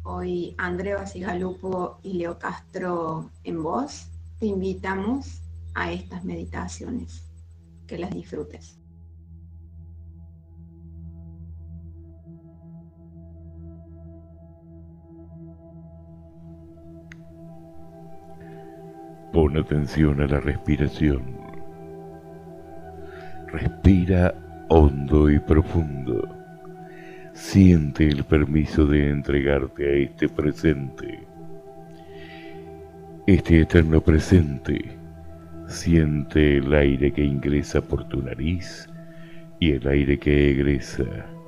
Hoy Andrea Basigalupo y Leo Castro en voz te invitamos a estas meditaciones. Que las disfrutes. Pon atención a la respiración. Respira hondo y profundo. Siente el permiso de entregarte a este presente. Este eterno presente. Siente el aire que ingresa por tu nariz y el aire que egresa.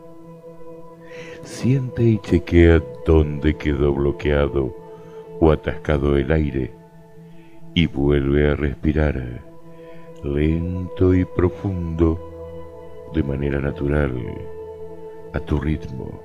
Siente y chequea dónde quedó bloqueado o atascado el aire y vuelve a respirar lento y profundo de manera natural a tu ritmo.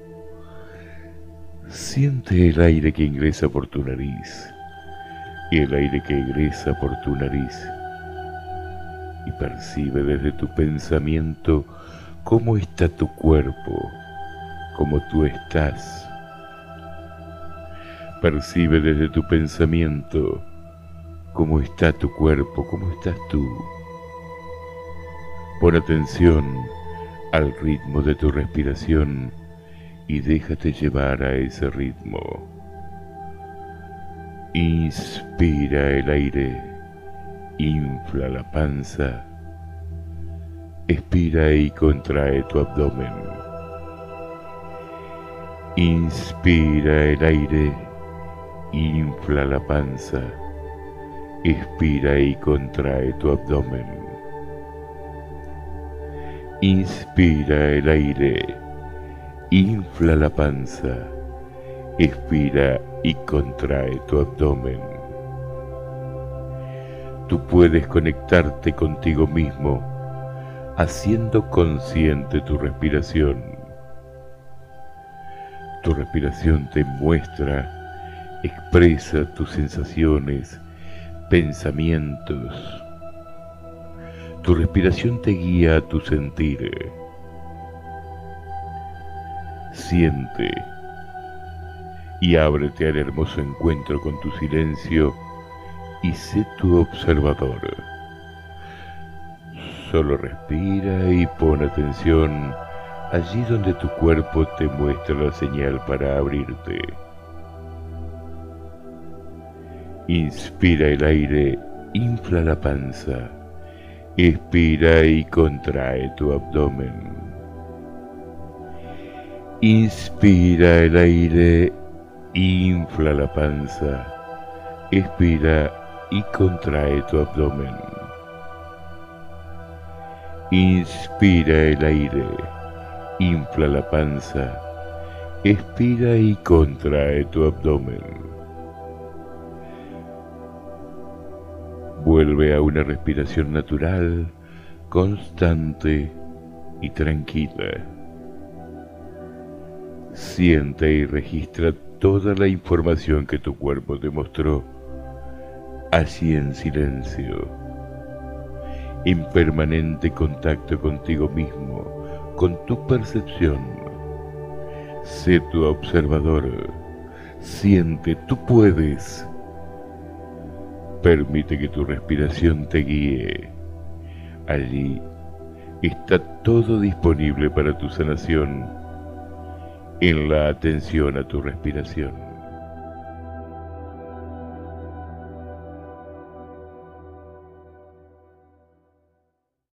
Siente el aire que ingresa por tu nariz y el aire que egresa por tu nariz y percibe desde tu pensamiento cómo está tu cuerpo, cómo tú estás. Percibe desde tu pensamiento cómo está tu cuerpo, cómo estás tú. Pon atención al ritmo de tu respiración y déjate llevar a ese ritmo. Inspira el aire, infla la panza, expira y contrae tu abdomen. Inspira el aire, infla la panza, expira y contrae tu abdomen. Inspira el aire, infla la panza, expira y contrae tu abdomen. Tú puedes conectarte contigo mismo haciendo consciente tu respiración. Tu respiración te muestra, expresa tus sensaciones, pensamientos. Tu respiración te guía a tu sentir. Siente y ábrete al hermoso encuentro con tu silencio y sé tu observador. Solo respira y pon atención allí donde tu cuerpo te muestra la señal para abrirte. Inspira el aire, infla la panza, expira y contrae tu abdomen. Inspira el aire, infla la panza, expira y contrae tu abdomen. Inspira el aire, infla la panza, expira y contrae tu abdomen. Vuelve a una respiración natural, constante y tranquila. Siente y registra toda la información que tu cuerpo te mostró, así en silencio, en permanente contacto contigo mismo, con tu percepción. Sé tu observador, siente, tú puedes. Permite que tu respiración te guíe. Allí está todo disponible para tu sanación en la atención a tu respiración.